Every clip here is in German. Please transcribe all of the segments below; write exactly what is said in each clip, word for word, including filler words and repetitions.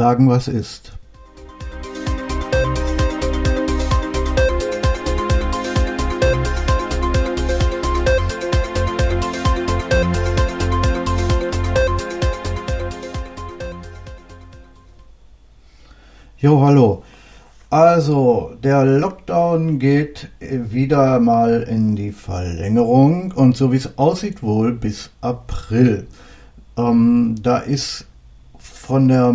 sagen, was ist. Jo, hallo. Also, der Lockdown geht wieder mal in die Verlängerung und so wie es aussieht wohl bis April. Ähm, da ist von der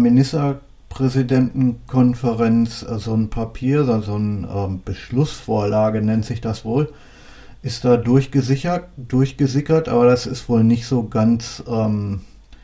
Ministerpräsidentenkonferenz äh, so ein Papier, so ein ähm, Beschlussvorlage nennt sich das wohl, ist da durchgesichert, durchgesickert, aber das ist wohl nicht so ganz... Ähm,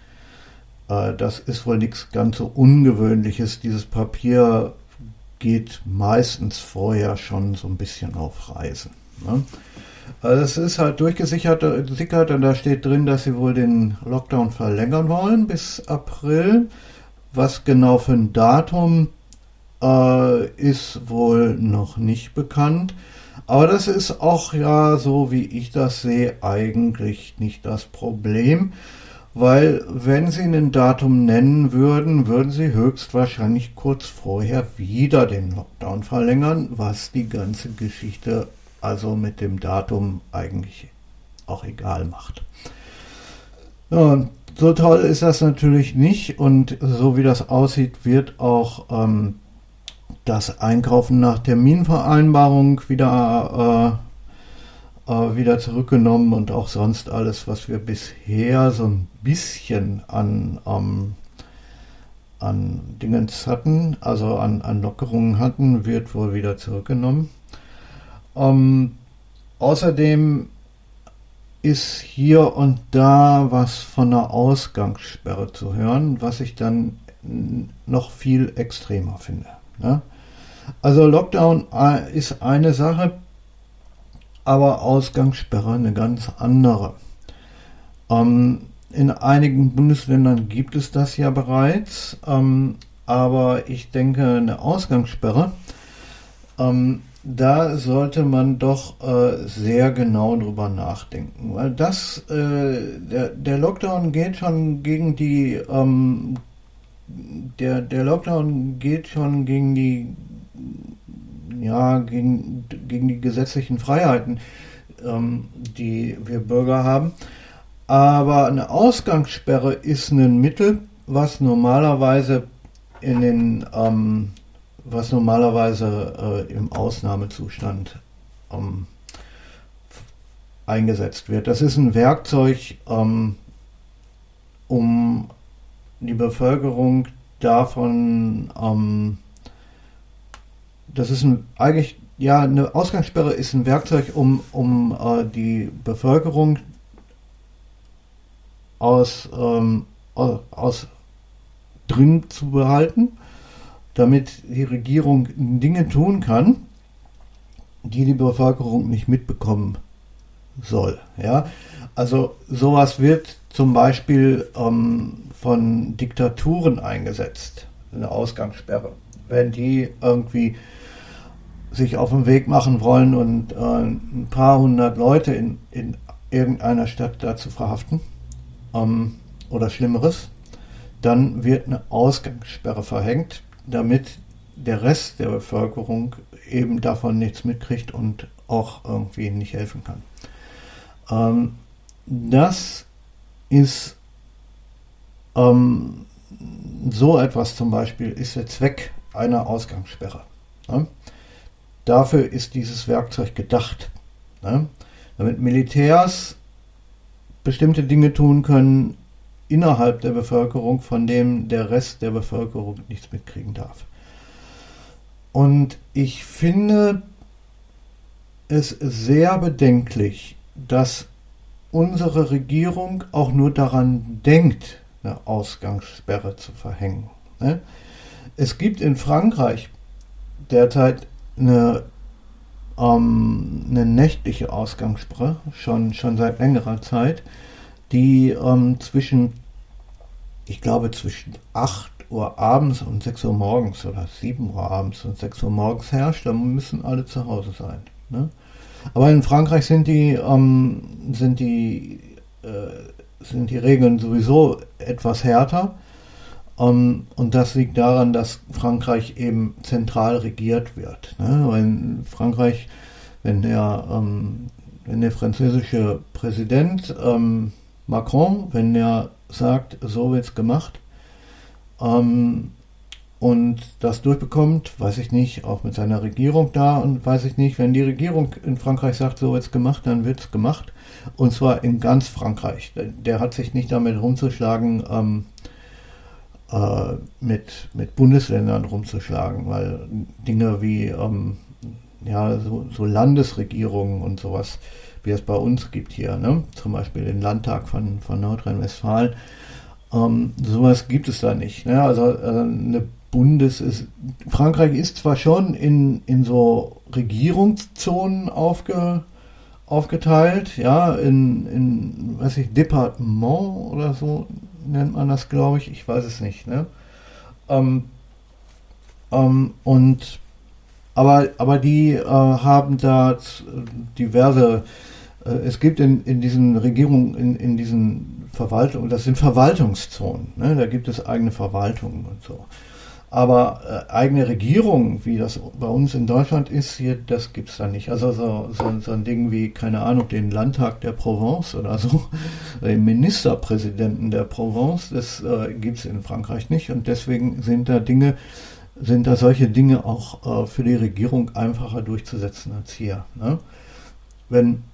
Das ist wohl nichts ganz so Ungewöhnliches. Dieses Papier geht meistens vorher schon so ein bisschen auf Reisen. Ne? Also es ist halt durchgesickert und da steht drin, dass sie wohl den Lockdown verlängern wollen bis April. Was genau für ein Datum äh, ist wohl noch nicht bekannt. Aber das ist auch ja, so wie ich das sehe, eigentlich nicht das Problem. Weil, wenn sie ein Datum nennen würden, würden sie höchstwahrscheinlich kurz vorher wieder den Lockdown verlängern, was die ganze Geschichte also mit dem Datum eigentlich auch egal macht. Ja, so toll ist das natürlich nicht und so wie das aussieht, wird auch ähm, das Einkaufen nach Terminvereinbarung wieder äh, wieder zurückgenommen und auch sonst alles, was wir bisher so ein bisschen an, ähm, an Dingens hatten, also an, an Lockerungen hatten, wird wohl wieder zurückgenommen. Ähm, außerdem ist hier und da was von einer Ausgangssperre zu hören, was ich dann noch viel extremer finde. Ne? Also Lockdown ist eine Sache, aber Ausgangssperre eine ganz andere. Ähm, in einigen Bundesländern gibt es das ja bereits, ähm, aber ich denke, eine Ausgangssperre, ähm, da sollte man doch äh, sehr genau drüber nachdenken, weil das, äh, der, der Lockdown geht schon gegen die, ähm, der, der Lockdown geht schon gegen die ja, gegen, gegen die gesetzlichen Freiheiten, ähm, die wir Bürger haben. Aber eine Ausgangssperre ist ein Mittel, was normalerweise in den, ähm, was normalerweise äh, im Ausnahmezustand ähm, eingesetzt wird. Das ist ein Werkzeug, ähm, um die Bevölkerung davon ähm, Das ist ein, eigentlich, ja, eine Ausgangssperre ist ein Werkzeug, um, um äh, die Bevölkerung aus, ähm, aus drin zu behalten, damit die Regierung Dinge tun kann, die die Bevölkerung nicht mitbekommen soll. Ja? Also sowas wird zum Beispiel ähm, von Diktaturen eingesetzt, eine Ausgangssperre. Wenn die irgendwie sich auf den Weg machen wollen und äh, ein paar hundert Leute in, in irgendeiner Stadt dazu verhaften ähm, oder Schlimmeres, dann wird eine Ausgangssperre verhängt, damit der Rest der Bevölkerung eben davon nichts mitkriegt und auch irgendwie nicht helfen kann. Ähm, das ist ähm, so etwas zum Beispiel ist der Zweck einer Ausgangssperre. Ne? Dafür ist dieses Werkzeug gedacht, ne? Damit Militärs bestimmte Dinge tun können innerhalb der Bevölkerung, von dem der Rest der Bevölkerung nichts mitkriegen darf. Und ich finde es sehr bedenklich, dass unsere Regierung auch nur daran denkt, eine Ausgangssperre zu verhängen. Ne? Es gibt in Frankreich derzeit eine, ähm, eine nächtliche Ausgangssperre, schon, schon seit längerer Zeit, die ähm, zwischen, ich glaube zwischen acht Uhr abends und sechs Uhr morgens oder sieben Uhr abends und sechs Uhr morgens herrscht. Da müssen alle zu Hause sein. Ne? Aber in Frankreich sind die, ähm, sind die, äh, sind die Regeln sowieso etwas härter. Um, und das liegt daran, dass Frankreich eben zentral regiert wird. Ne? Wenn Frankreich, wenn der, ähm, wenn der französische Präsident ähm, Macron, wenn der sagt, so wird's gemacht, ähm, und das durchbekommt, weiß ich nicht, auch mit seiner Regierung da, und weiß ich nicht, wenn die Regierung in Frankreich sagt, so wird's gemacht, dann wird's gemacht, und zwar in ganz Frankreich. Der, der hat sich nicht damit rumzuschlagen, ähm, äh, mit, mit Bundesländern rumzuschlagen, weil Dinge wie ähm, ja, so, so Landesregierungen und sowas, wie es bei uns gibt hier, ne? Zum Beispiel den Landtag von, von Nordrhein-Westfalen, ähm, sowas gibt es da nicht. Ne? Also äh, eine Bundes ist, Frankreich ist zwar schon in, in so Regierungszonen aufge, aufgeteilt, ja, in, in, weiß ich, Departement oder so nennt man das, glaube ich, ich weiß es nicht, ne? Ähm, ähm, und aber, aber die äh, haben da diverse, äh, es gibt in, in diesen Regierungen, in, in diesen Verwaltungen, das sind Verwaltungszonen, ne? Da gibt es eigene Verwaltungen und so. Aber äh, eigene Regierung, wie das bei uns in Deutschland ist, hier, das gibt's da nicht. Also so, so, so ein Ding wie, keine Ahnung, den Landtag der Provence oder so, den Ministerpräsidenten der Provence, das äh, gibt's in Frankreich nicht. Und deswegen sind da Dinge, sind da solche Dinge auch äh, für die Regierung einfacher durchzusetzen als hier. Ne? Wenn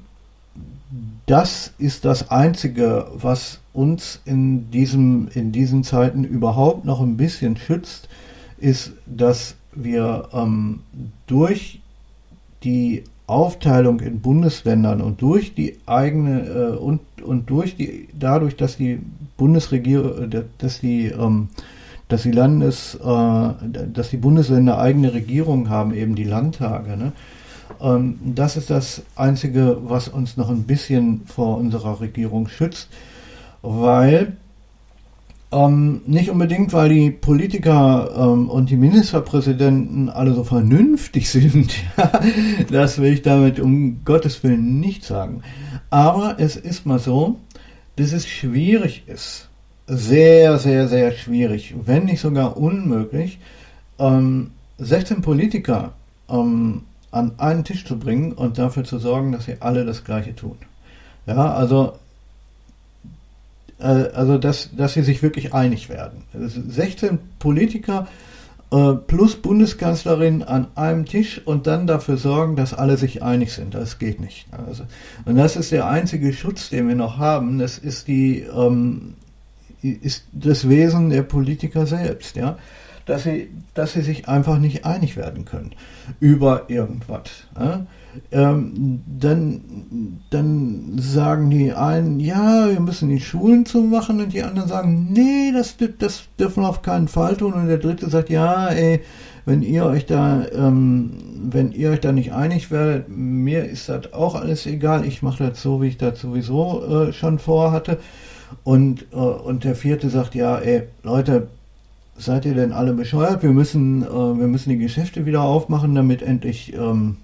das ist das Einzige, was uns in diesem, in diesen Zeiten überhaupt noch ein bisschen schützt, ist, dass wir ähm, durch die Aufteilung in Bundesländern und durch die eigene äh, und und durch die dadurch, dass die Bundesregierung, dass die ähm, dass die Landes, äh, dass die Bundesländer eigene Regierungen haben, eben die Landtage, ne? Ähm, das ist das Einzige, was uns noch ein bisschen vor unserer Regierung schützt, weil ähm, nicht unbedingt, weil die Politiker ähm, und die Ministerpräsidenten alle so vernünftig sind, das will ich damit um Gottes Willen nicht sagen, aber es ist mal so, dass es schwierig ist, sehr, sehr, sehr schwierig, wenn nicht sogar unmöglich, ähm, sechzehn Politiker ähm, an einen Tisch zu bringen und dafür zu sorgen, dass sie alle das Gleiche tun. Ja, also, äh, also dass, dass sie sich wirklich einig werden. sechzehn Politiker äh, plus Bundeskanzlerin an einem Tisch und dann dafür sorgen, dass alle sich einig sind. Das geht nicht. Also, und das ist der einzige Schutz, den wir noch haben. Das ist die ähm, ist das Wesen der Politiker selbst, ja, dass sie, dass sie sich einfach nicht einig werden können über irgendwas. Ja? Ähm, dann, dann sagen die einen, ja, wir müssen die Schulen zumachen, und die anderen sagen, nee, das, das dürfen wir auf keinen Fall tun, und der dritte sagt, ja, ey, wenn ihr euch da, ähm, wenn ihr euch da nicht einig werdet, mir ist das auch alles egal, ich mache das so, wie ich das sowieso äh, schon vorhatte. Und, äh, und der vierte sagt, ja, ey, Leute, seid ihr denn alle bescheuert? Wir müssen, äh, wir müssen die Geschäfte wieder aufmachen, damit endlich, ähm,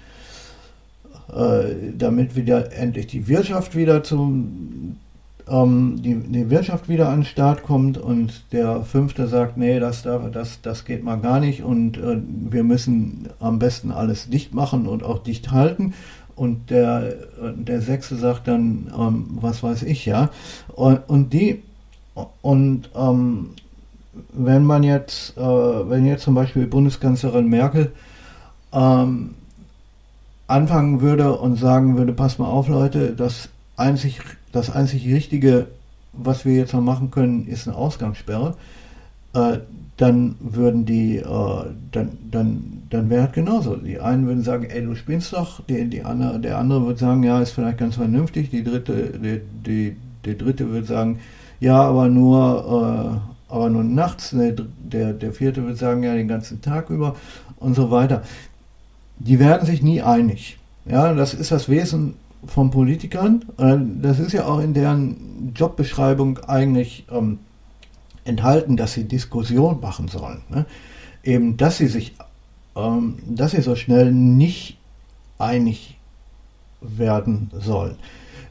äh, damit wieder endlich die Wirtschaft wieder zum, ähm, die, die Wirtschaft wieder an den Start kommt. Und der fünfte sagt, nee, das darf, das, das geht mal gar nicht, und äh, wir müssen am besten alles dicht machen und auch dicht halten. Und der, der Sechste sagt dann, ähm, was weiß ich, ja. Und, und die, und ähm, wenn man jetzt, äh, wenn jetzt zum Beispiel Bundeskanzlerin Merkel ähm, anfangen würde und sagen würde, pass mal auf, Leute, das einzig, das einzig Richtige, was wir jetzt noch machen können, ist eine Ausgangssperre, äh, dann würden die, äh, dann, dann, dann wäre halt genauso. Die einen würden sagen, ey, du spinnst doch, die, die andere, der andere würde sagen, ja, ist vielleicht ganz vernünftig, die dritte, die, die, der dritte würde sagen, ja, aber nur, äh, aber nur nachts, der, der, der vierte würde sagen, ja, den ganzen Tag über und so weiter. Die werden sich nie einig. Ja, das ist das Wesen von Politikern. Das ist ja auch in deren Jobbeschreibung eigentlich ähm, enthalten, dass sie Diskussion machen sollen. Ne? Eben, dass sie sich, ähm, dass sie so schnell nicht einig werden sollen.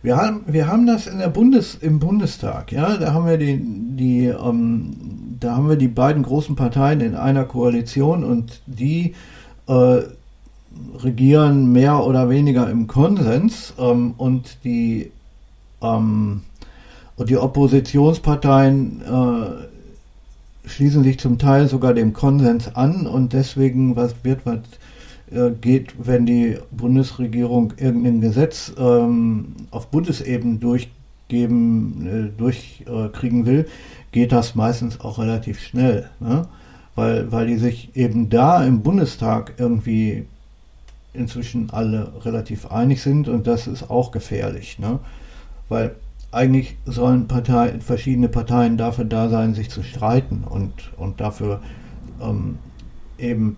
Wir haben, wir haben das in der Bundes, im Bundestag, ja, da haben wir die, die, ähm, da haben wir die beiden großen Parteien in einer Koalition und die äh, regieren mehr oder weniger im Konsens ähm, und die ähm, und die Oppositionsparteien äh, schließen sich zum Teil sogar dem Konsens an und deswegen was wird was äh, geht, wenn die Bundesregierung irgendein Gesetz ähm, auf Bundesebene durchgeben äh, durchkriegen äh, will, geht das meistens auch relativ schnell, ne? weil weil die sich eben da im Bundestag irgendwie inzwischen alle relativ einig sind und das ist auch gefährlich, ne? Weil eigentlich sollen Parteien, verschiedene Parteien dafür da sein, sich zu streiten und, und dafür ähm, eben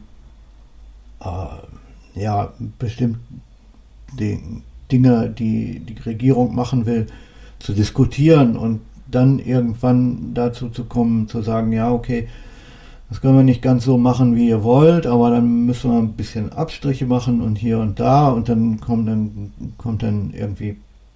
äh, ja, bestimmt die Dinge, die die Regierung machen will, zu diskutieren und dann irgendwann dazu zu kommen, zu sagen, ja, okay, das können wir nicht ganz so machen, wie ihr wollt, aber dann müssen wir ein bisschen Abstriche machen und hier und da und dann kommt dann, kommt dann irgendwie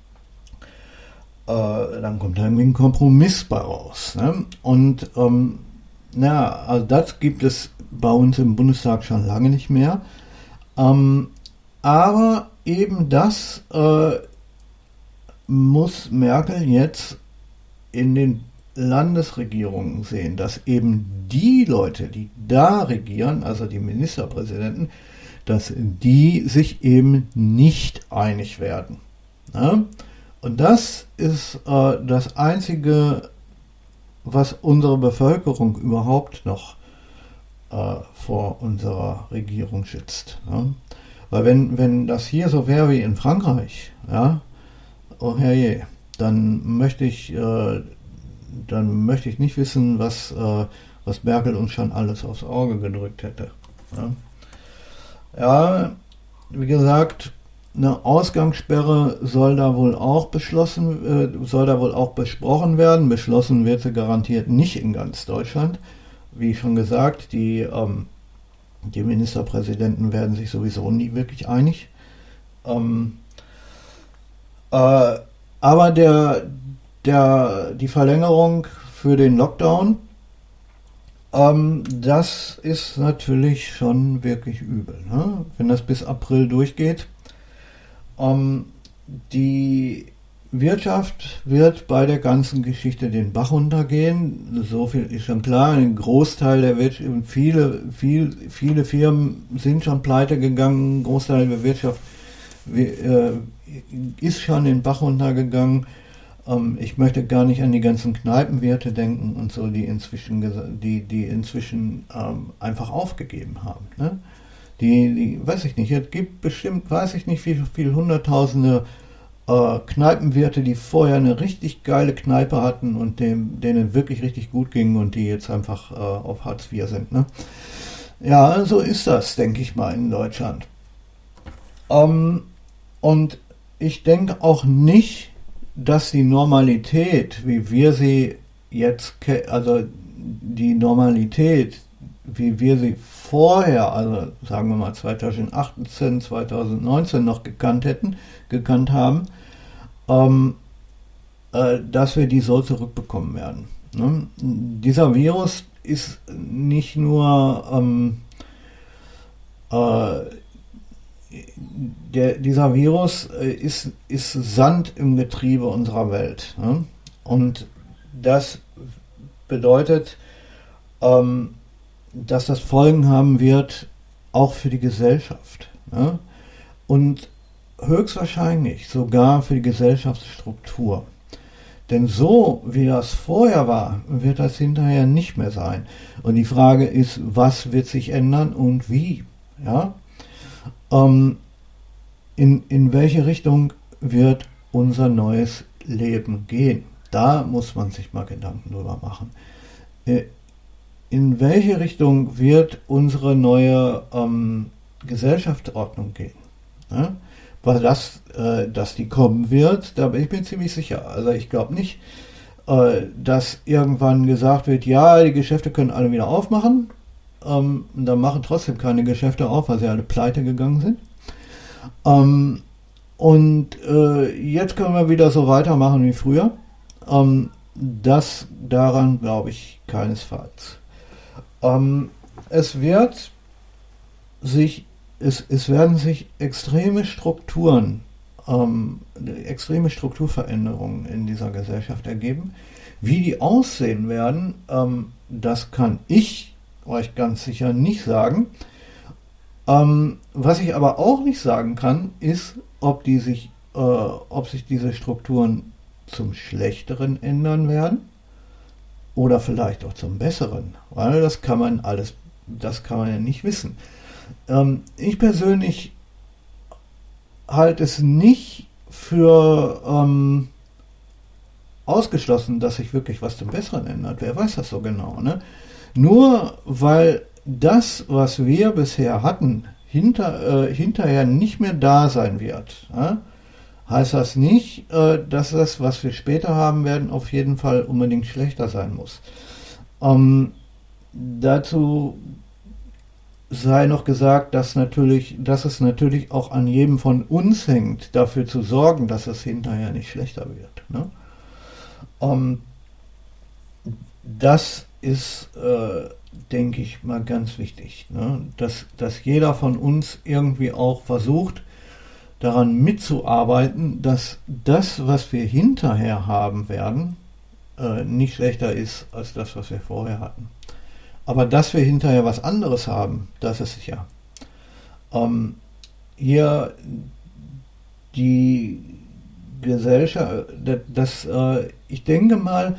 äh, dann kommt dann irgendwie ein Kompromiss bei raus. Ne? Und ähm, na, also das gibt es bei uns im Bundestag schon lange nicht mehr. Ähm, aber eben das äh, muss Merkel jetzt in den Landesregierungen sehen, dass eben die Leute, die da regieren, also die Ministerpräsidenten, dass die sich eben nicht einig werden. Ja? Und das ist äh, das Einzige, was unsere Bevölkerung überhaupt noch äh, vor unserer Regierung schützt. Ja? Weil wenn, wenn das hier so wäre wie in Frankreich, ja, oh herrje, dann möchte ich äh, dann möchte ich nicht wissen, was, äh, was Merkel uns schon alles aufs Auge gedrückt hätte. Ja, ja, wie gesagt, eine Ausgangssperre soll da wohl auch beschlossen, äh, soll da wohl auch besprochen werden. Beschlossen wird sie garantiert nicht in ganz Deutschland. Wie schon gesagt, die, ähm, die Ministerpräsidenten werden sich sowieso nie wirklich einig. Ähm, äh, aber der Der, die Verlängerung für den Lockdown, ähm, das ist natürlich schon wirklich übel, ne? Wenn das bis April durchgeht. Ähm, die Wirtschaft wird bei der ganzen Geschichte den Bach runtergehen, so viel ist schon klar. Ein Großteil der Wirtschaft, viele, viel, viele Firmen sind schon pleite gegangen, ein Großteil der Wirtschaft äh, ist schon den Bach runtergegangen. Ich möchte gar nicht an die ganzen Kneipenwirte denken und so, die inzwischen, die, die inzwischen ähm, einfach aufgegeben haben. Ne? Die, die, weiß ich nicht, es gibt bestimmt, weiß ich nicht, wie viele hunderttausende äh, Kneipenwirte, die vorher eine richtig geile Kneipe hatten und dem, denen wirklich richtig gut ging und die jetzt einfach äh, auf Hartz vier sind. Ne? Ja, so ist das, denke ich mal, in Deutschland. Ähm, und ich denke auch nicht, dass die Normalität, wie wir sie jetzt, also die Normalität, wie wir sie vorher, also sagen wir mal zweitausendachtzehn, zweitausendneunzehn noch gekannt hätten, gekannt haben, ähm, äh, dass wir die so zurückbekommen werden. Ne? Dieser Virus ist nicht nur ähm, äh, Der, dieser Virus äh, ist, ist Sand im Getriebe unserer Welt. Ne? Und das bedeutet, ähm, dass das Folgen haben wird, auch für die Gesellschaft. Ne? Und höchstwahrscheinlich sogar für die Gesellschaftsstruktur. Denn so, wie das vorher war, wird das hinterher nicht mehr sein. Und die Frage ist, was wird sich ändern und wie? Ja? Ähm, in, in welche Richtung wird unser neues Leben gehen? Da muss man sich mal Gedanken drüber machen. Äh, in welche Richtung wird unsere neue ähm, Gesellschaftsordnung gehen? Ja? Weil das, äh, dass die kommen wird, da bin ich mir ziemlich sicher. Also ich glaube nicht, äh, dass irgendwann gesagt wird, ja, die Geschäfte können alle wieder aufmachen. Ähm, dann machen trotzdem keine Geschäfte auf, weil sie alle pleite gegangen sind. Ähm, Und äh, jetzt können wir wieder so weitermachen wie früher. Ähm, das daran glaube ich keinesfalls. Ähm, es wird sich, es, es werden sich extreme Strukturen, ähm, extreme Strukturveränderungen in dieser Gesellschaft ergeben. Wie die aussehen werden, ähm, das kann ich euch ganz sicher nicht sagen. Ähm, was ich aber auch nicht sagen kann, ist, ob die sich, äh, ob sich diese Strukturen zum Schlechteren ändern werden oder vielleicht auch zum Besseren, weil das kann man alles, das kann man ja nicht wissen. Ähm, ich persönlich halte es nicht für ähm, ausgeschlossen, dass sich wirklich was zum Besseren ändert. Wer weiß das so genau, ne? Nur weil das, was wir bisher hatten, hinter, äh, hinterher nicht mehr da sein wird, ja, heißt das nicht, äh, dass das, was wir später haben werden, auf jeden Fall unbedingt schlechter sein muss. Ähm, dazu sei noch gesagt, dass natürlich, dass es natürlich auch an jedem von uns hängt, dafür zu sorgen, dass es hinterher nicht schlechter wird. Ne? Ähm, das ist, äh, denke ich mal, ganz wichtig, ne? dass, dass jeder von uns irgendwie auch versucht, daran mitzuarbeiten, dass das, was wir hinterher haben werden, äh, nicht schlechter ist als das, was wir vorher hatten. Aber dass wir hinterher was anderes haben, das ist sicher. Ähm, hier die Gesellschaft, das, das äh, ich denke mal,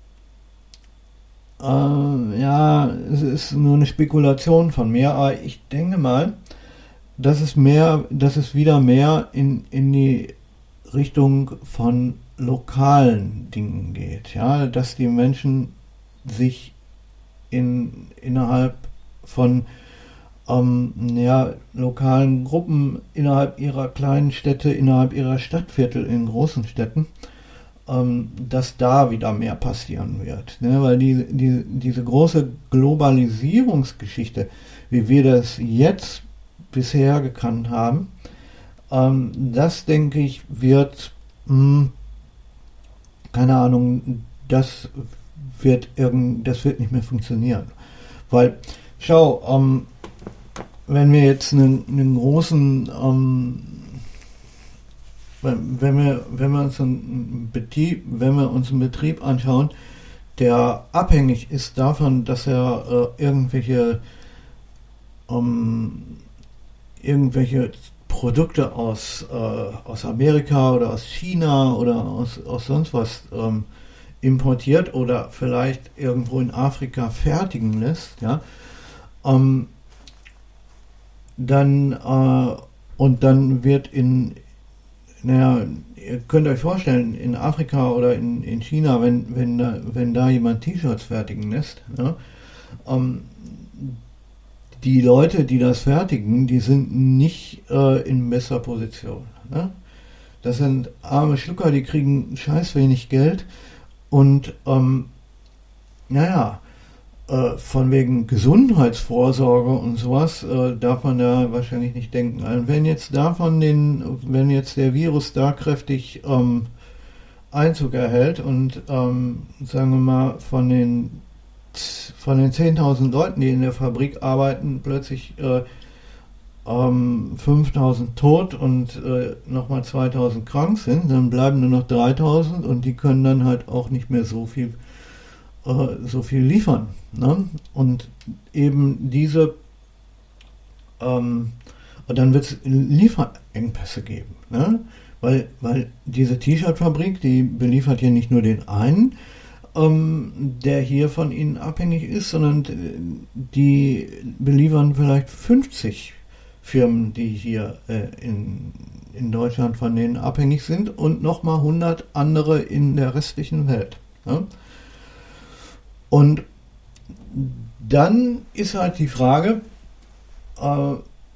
äh, ja, es ist nur eine Spekulation von mir, aber ich denke mal, dass es mehr, dass es wieder mehr in, in die Richtung von lokalen Dingen geht, ja, dass die Menschen sich in, innerhalb von ähm, ja, lokalen Gruppen, innerhalb ihrer kleinen Städte, innerhalb ihrer Stadtviertel in großen Städten, ähm, dass da wieder mehr passieren wird, ne? Weil die, die, diese große Globalisierungsgeschichte, wie wir das jetzt bisher gekannt haben, ähm, das denke ich wird, mh, keine Ahnung, das wird irgend, das wird nicht mehr funktionieren. Weil, schau, ähm, wenn wir jetzt einen, einen großen, ähm, wenn, wenn wir, wenn wir uns einen Betrieb, wenn wir uns einen Betrieb anschauen, der abhängig ist davon, dass er äh, irgendwelche ähm, irgendwelche Produkte aus, äh, aus Amerika oder aus China oder aus, aus sonst was ähm, importiert oder vielleicht irgendwo in Afrika fertigen lässt, ja, ähm, dann äh, und dann wird in, naja, ihr könnt euch vorstellen, in Afrika oder in, in China, wenn, wenn, da, wenn da jemand T-Shirts fertigen lässt, ja, ähm, die Leute, die das fertigen, die sind nicht äh, in besser Position. Ne? Das sind arme Schlucker, die kriegen scheiß wenig Geld und ähm, naja, äh, von wegen Gesundheitsvorsorge und sowas äh, darf man da wahrscheinlich nicht denken. Also wenn jetzt davon den, wenn jetzt der Virus da kräftig ähm, Einzug erhält und ähm, sagen wir mal von den von den zehntausend Leuten, die in der Fabrik arbeiten, plötzlich äh, ähm, fünftausend tot und äh, nochmal zweitausend krank sind, dann bleiben nur noch dreitausend und die können dann halt auch nicht mehr so viel äh, so viel liefern. Ne? Und eben diese ähm, und dann wird es Lieferengpässe geben. Ne? Weil, weil diese T-Shirt-Fabrik, die beliefert hier nicht nur den einen, der hier von ihnen abhängig ist, sondern die beliefern vielleicht fünfzig Firmen, die hier äh, in, in Deutschland von denen abhängig sind und nochmal hundert andere in der restlichen Welt. Ja? Und dann ist halt die Frage, äh,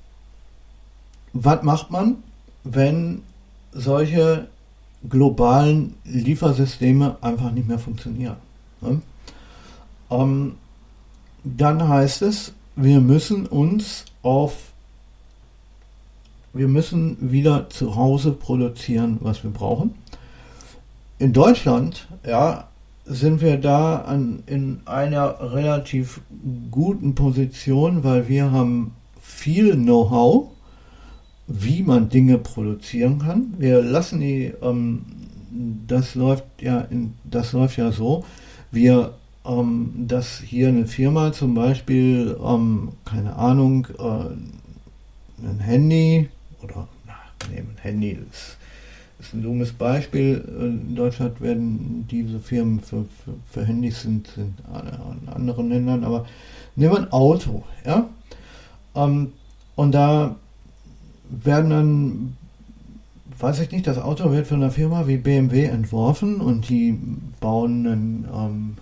was macht man, wenn solche globalen Liefersysteme einfach nicht mehr funktionieren. Ne? Ähm, dann heißt es, wir müssen uns auf wir müssen wieder zu Hause produzieren, was wir brauchen. In Deutschland, ja, sind wir da an, in einer relativ guten Position, weil wir haben viel Know-how, wie man Dinge produzieren kann. Wir lassen die, ähm, das läuft ja, in, das läuft ja so, wir, ähm, dass hier eine Firma zum Beispiel, ähm, keine Ahnung, äh, ein Handy oder, na, nee, ein Handy ist ist ein dummes Beispiel. In Deutschland werden diese Firmen für, für, für Handys sind, sind in anderen Ländern, aber nehmen wir ein Auto, ja. Ähm, und da werden dann, weiß ich nicht, das Auto wird von einer Firma wie B M W entworfen und die bauen einen, ähm,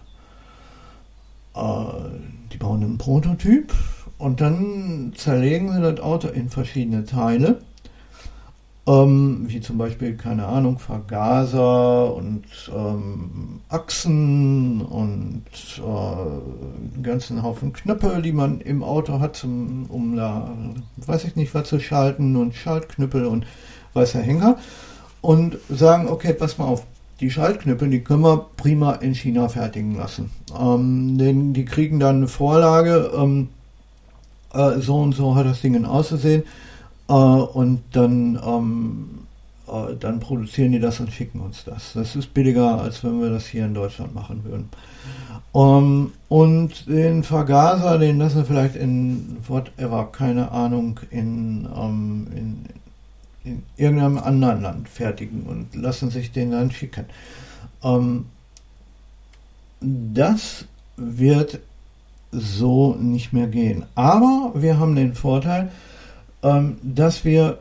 äh, die bauen einen Prototyp und dann zerlegen sie das Auto in verschiedene Teile. Ähm, wie zum Beispiel, keine Ahnung, Vergaser und ähm, Achsen und äh, einen ganzen Haufen Knöpfe, die man im Auto hat, zum, um da, weiß ich nicht, was zu schalten und Schaltknüppel und weißer Hänger und sagen, okay, pass mal auf, die Schaltknüppel, die können wir prima in China fertigen lassen. Ähm, denn die kriegen dann eine Vorlage, ähm, äh, so und so hat das Ding auszusehen. Uh, und dann, ähm, uh, dann produzieren die das und schicken uns das. Das ist billiger, als wenn wir das hier in Deutschland machen würden. Um, und den Vergaser, den lassen wir vielleicht in whatever, keine Ahnung, in, um, in, in irgendeinem anderen Land fertigen und lassen sich den dann schicken. Um, das wird so nicht mehr gehen. Aber wir haben den Vorteil, dass wir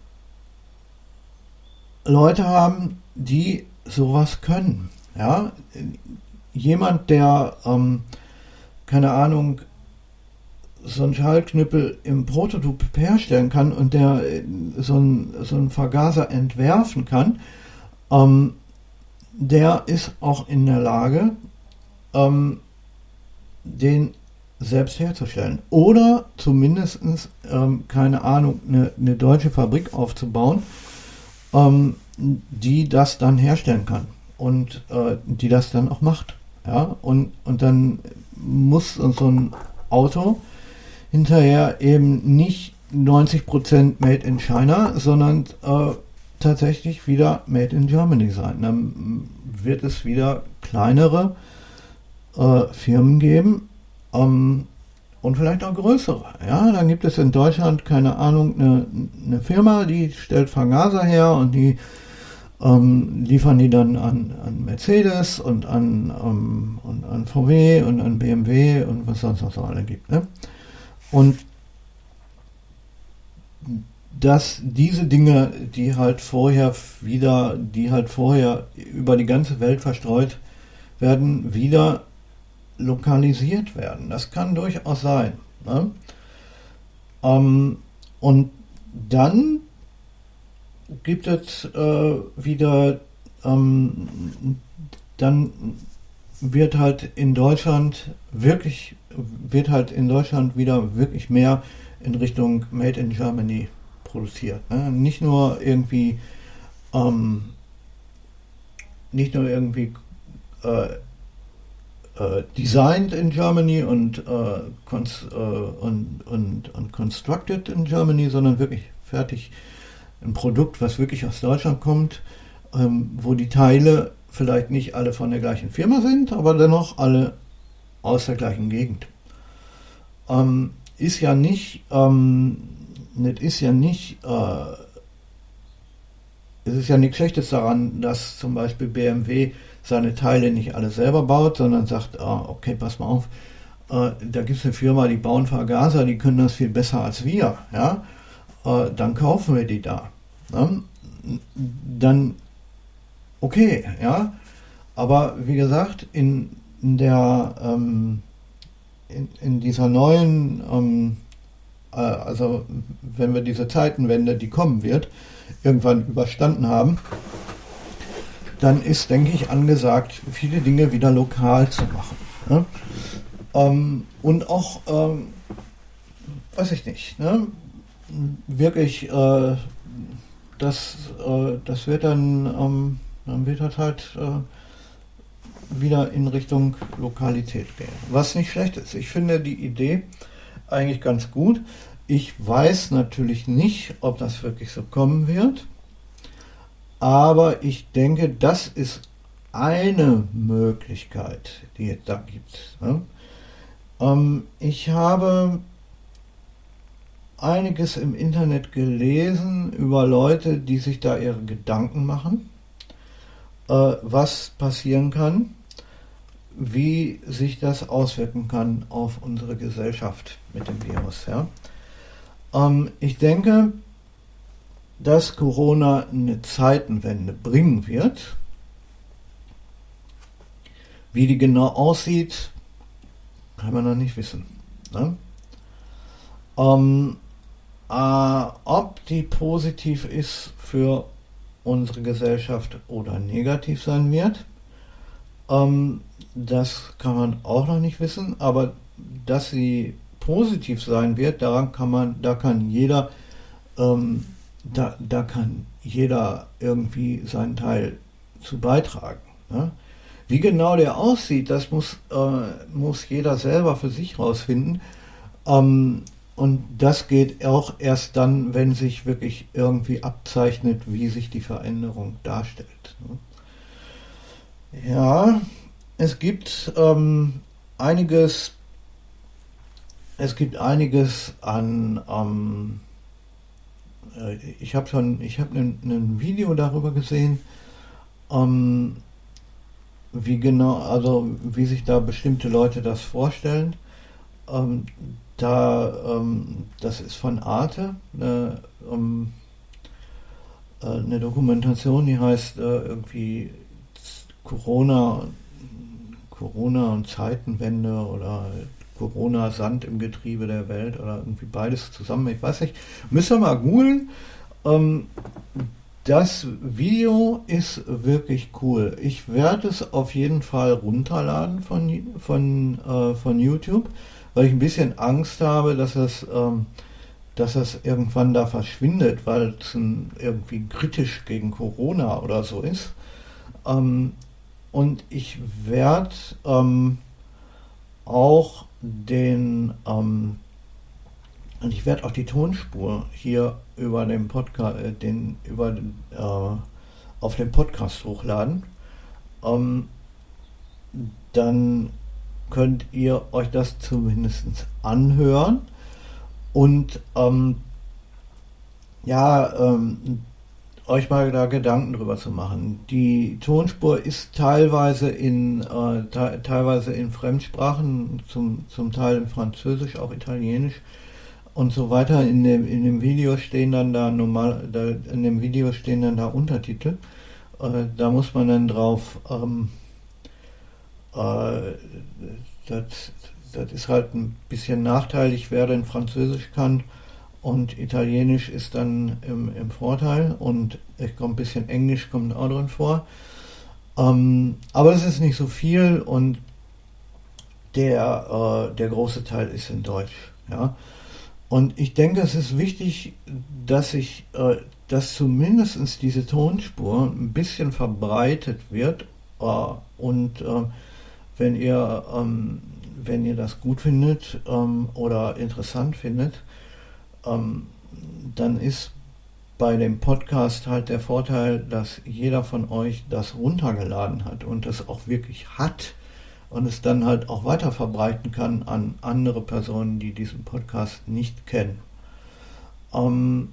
Leute haben, die sowas können. Ja? Jemand, der, ähm, keine Ahnung, so einen Schaltknüppel im Prototyp herstellen kann und der so einen, so einen Vergaser entwerfen kann, ähm, der ist auch in der Lage, ähm, den selbst herzustellen. Oder zumindest, ähm, keine Ahnung, eine, eine deutsche Fabrik aufzubauen, ähm, die das dann herstellen kann und äh, die das dann auch macht. Ja? Und, und dann muss so ein Auto hinterher eben nicht neunzig Prozent Made in China, sondern äh, tatsächlich wieder Made in Germany sein. Dann wird es wieder kleinere äh, Firmen geben, Um, und vielleicht auch größere. Ja, dann gibt es in Deutschland, keine Ahnung, eine, eine Firma, die stellt Vergaser her und die ähm, liefern die dann an, an Mercedes und an, ähm, und an V W und an B M W und was sonst noch so alle gibt. Ne? Und dass diese Dinge, die halt vorher wieder, die halt vorher über die ganze Welt verstreut werden, wieder lokalisiert werden. Das kann durchaus sein. Ne? Ähm, und dann gibt es äh, wieder, ähm, dann wird halt in Deutschland wirklich, wird halt in Deutschland wieder wirklich mehr in Richtung Made in Germany produziert. Ne? Nicht nur irgendwie, ähm, nicht nur irgendwie äh, designed in Germany und, uh, cons- uh, und, und, und constructed in Germany, sondern wirklich fertig ein Produkt, was wirklich aus Deutschland kommt, ähm, wo die Teile vielleicht nicht alle von der gleichen Firma sind, aber dennoch alle aus der gleichen Gegend. Ähm, ist ja nicht, ähm, das ist ja nicht, äh, es ist ja nichts Schlechtes daran, dass zum Beispiel B M W seine Teile nicht alle selber baut, sondern sagt, ah, okay, pass mal auf, äh, da gibt es eine Firma, die bauen Vergaser, die können das viel besser als wir, ja, äh, dann kaufen wir die da. Ne? Dann, okay, ja, aber wie gesagt, in, in der, ähm, in, in dieser neuen, ähm, äh, also wenn wir diese Zeitenwende, die kommen wird, irgendwann überstanden haben, dann ist, denke ich, angesagt, viele Dinge wieder lokal zu machen. Ne? Ähm, und auch, ähm, weiß ich nicht, ne? wirklich, äh, das, äh, das wird dann, ähm, dann wird das halt äh, wieder in Richtung Lokalität gehen. Was nicht schlecht ist. Ich finde die Idee eigentlich ganz gut. Ich weiß natürlich nicht, ob das wirklich so kommen wird, aber ich denke, das ist eine Möglichkeit, die es da gibt. Ne? Ähm, ich habe einiges im Internet gelesen über Leute, die sich da ihre Gedanken machen, äh, was passieren kann, wie sich das auswirken kann auf unsere Gesellschaft mit dem Virus. Ja? Ähm, ich denke, dass Corona eine Zeitenwende bringen wird. Wie die genau aussieht, kann man noch nicht wissen. Ne? Ähm, äh, ob die positiv ist für unsere Gesellschaft oder negativ sein wird, ähm, das kann man auch noch nicht wissen, aber dass sie positiv sein wird, daran kann man, da kann jeder, ähm, da, da kann jeder irgendwie seinen Teil zu beitragen. Ne? Wie genau der aussieht, das muss, äh, muss jeder selber für sich rausfinden. Ähm, und das geht auch erst dann, wenn sich wirklich irgendwie abzeichnet, wie sich die Veränderung darstellt. Ne? Ja, es gibt ähm, einiges, es gibt einiges an, ähm, äh, ich habe schon, ich habe ein Video darüber gesehen, ähm, wie genau, also wie sich da bestimmte Leute das vorstellen. Ähm, da, ähm, das ist von Arte, eine, ähm, äh, eine Dokumentation, die heißt äh, irgendwie Corona, Corona und Zeitenwende oder Corona Sand im Getriebe der Welt oder irgendwie beides zusammen. Ich weiß nicht, müsst ihr mal googeln. Ähm, Das Video ist wirklich cool. Ich werde es auf jeden Fall runterladen von, von, äh, von YouTube, weil ich ein bisschen Angst habe, dass es, ähm, dass es irgendwann da verschwindet, weil es ein, irgendwie kritisch gegen Corona oder so ist. Ähm, und ich werde ähm, auch den ähm, und ich werde auch die Tonspur hier über den Podcast, äh, den über den, äh, auf dem Podcast hochladen. Ähm, dann könnt ihr euch das zumindest anhören und ähm, ja, ähm, euch mal da Gedanken drüber zu machen. Die Tonspur ist teilweise in äh, te teilweise in Fremdsprachen, zum, zum Teil in Französisch, auch Italienisch und so weiter. In dem, in dem Video stehen dann da normal, da, in dem Video stehen dann da Untertitel. Äh, da muss man dann drauf, ähm, äh, das, das ist halt ein bisschen nachteilig, wer denn Französisch kann und Italienisch ist dann im, im Vorteil und ich komme ein bisschen Englisch kommt auch drin vor. Ähm, aber das ist nicht so viel und der, äh, der große Teil ist in Deutsch. Ja. Und ich denke, es ist wichtig, dass ich, äh, dass zumindest diese Tonspur ein bisschen verbreitet wird. Äh, und äh, wenn ihr, ähm, wenn ihr das gut findet ähm, oder interessant findet, ähm, dann ist bei dem Podcast halt der Vorteil, dass jeder von euch das runtergeladen hat und das auch wirklich hat und es dann halt auch weiter verbreiten kann an andere Personen, die diesen Podcast nicht kennen. Ähm,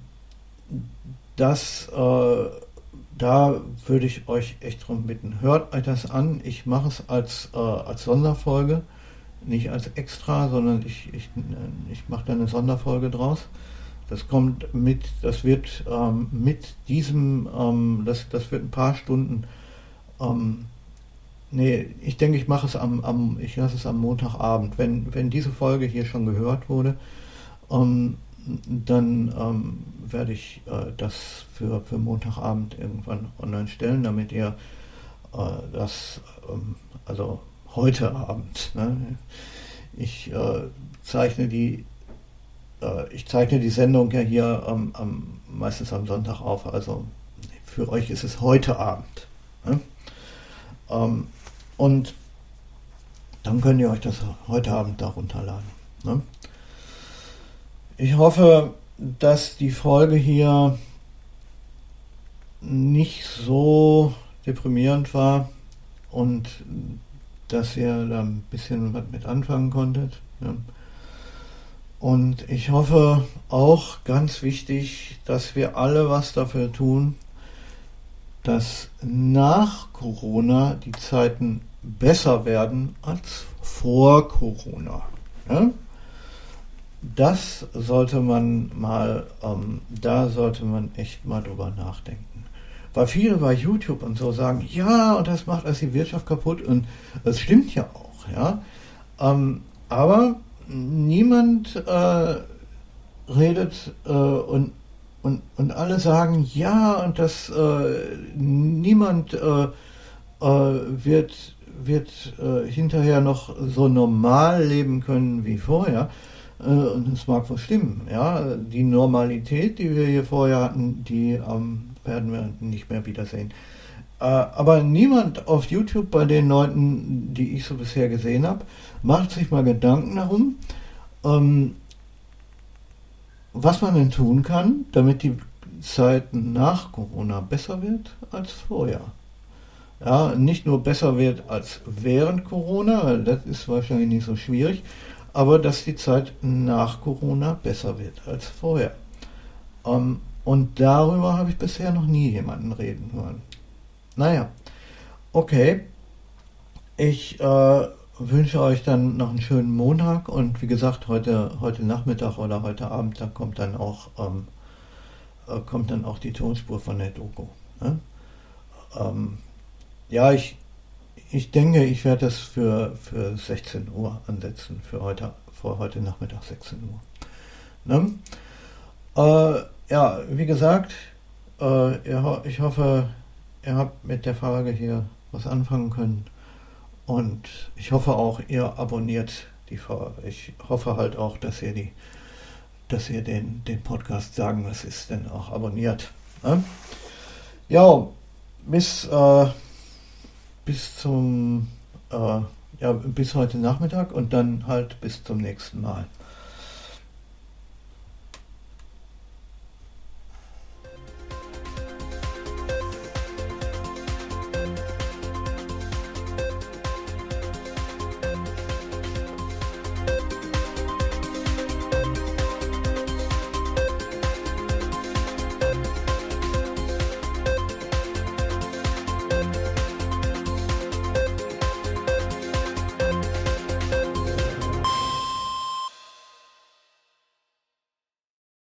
das, äh, da würde ich euch echt drum bitten. Hört euch das an. Ich mache es als, äh, als Sonderfolge, nicht als Extra, sondern ich, ich, ich mache da eine Sonderfolge draus. Das kommt mit, das wird ähm, mit diesem, ähm, das, das wird ein paar Stunden, ähm, nee, ich denke, ich mache es am, am ich lasse es am Montagabend. Wenn, wenn diese Folge hier schon gehört wurde, ähm, dann ähm, werde ich äh, das für, für Montagabend irgendwann online stellen, damit ihr äh, das, ähm, also heute Abend, ne? Ich äh, zeichne die äh, ich zeichne die Sendung ja hier ähm, am, meistens am Sonntag auf, also für euch ist es heute Abend. Ne? Ähm, und dann könnt ihr euch das heute Abend da runterladen. Ne? Ich hoffe, dass die Folge hier nicht so deprimierend war und dass ihr da ein bisschen was mit anfangen konntet. Ja. Und ich hoffe auch, ganz wichtig, dass wir alle was dafür tun, dass nach Corona die Zeiten besser werden als vor Corona. Ja? Das sollte man mal, ähm, da sollte man echt mal drüber nachdenken. Weil viele bei YouTube und so sagen, ja, und das macht alles die Wirtschaft kaputt, und das stimmt ja auch, ja. Ähm, aber niemand äh, redet äh, und, und, und alle sagen, ja, und das äh, niemand äh, äh, wird, wird äh, hinterher noch so normal leben können wie vorher. Äh, und es mag wohl stimmen, ja. Die Normalität, die wir hier vorher hatten, die ähm, werden wir nicht mehr wiedersehen. Äh, aber niemand auf YouTube bei den Leuten, die ich so bisher gesehen habe, macht sich mal Gedanken darum, ähm, was man denn tun kann, damit die Zeit nach Corona besser wird als vorher. Ja, nicht nur besser wird als während Corona, das ist wahrscheinlich nicht so schwierig, aber dass die Zeit nach Corona besser wird als vorher. Ähm, Und darüber habe ich bisher noch nie jemanden reden hören. Naja, okay. Ich äh, wünsche euch dann noch einen schönen Montag, und wie gesagt, heute, heute Nachmittag oder heute Abend, da kommt dann auch, ähm, äh, kommt dann auch die Tonspur von der Doku. Ne? Ähm, ja, ich, ich denke, ich werde das für, für sechzehn Uhr ansetzen, für heute, für heute Nachmittag sechzehn Uhr. Ne? Äh, Ja, wie gesagt, äh, ich hoffe, ihr habt mit der Frage hier was anfangen können, und ich hoffe auch, ihr abonniert die Frage. Ich hoffe halt auch, dass ihr die, dass ihr den, den Podcast Sagen, was ist denn, auch abonniert. Ne? Ja, bis, äh, bis zum, äh, ja, bis heute Nachmittag, und dann halt bis zum nächsten Mal.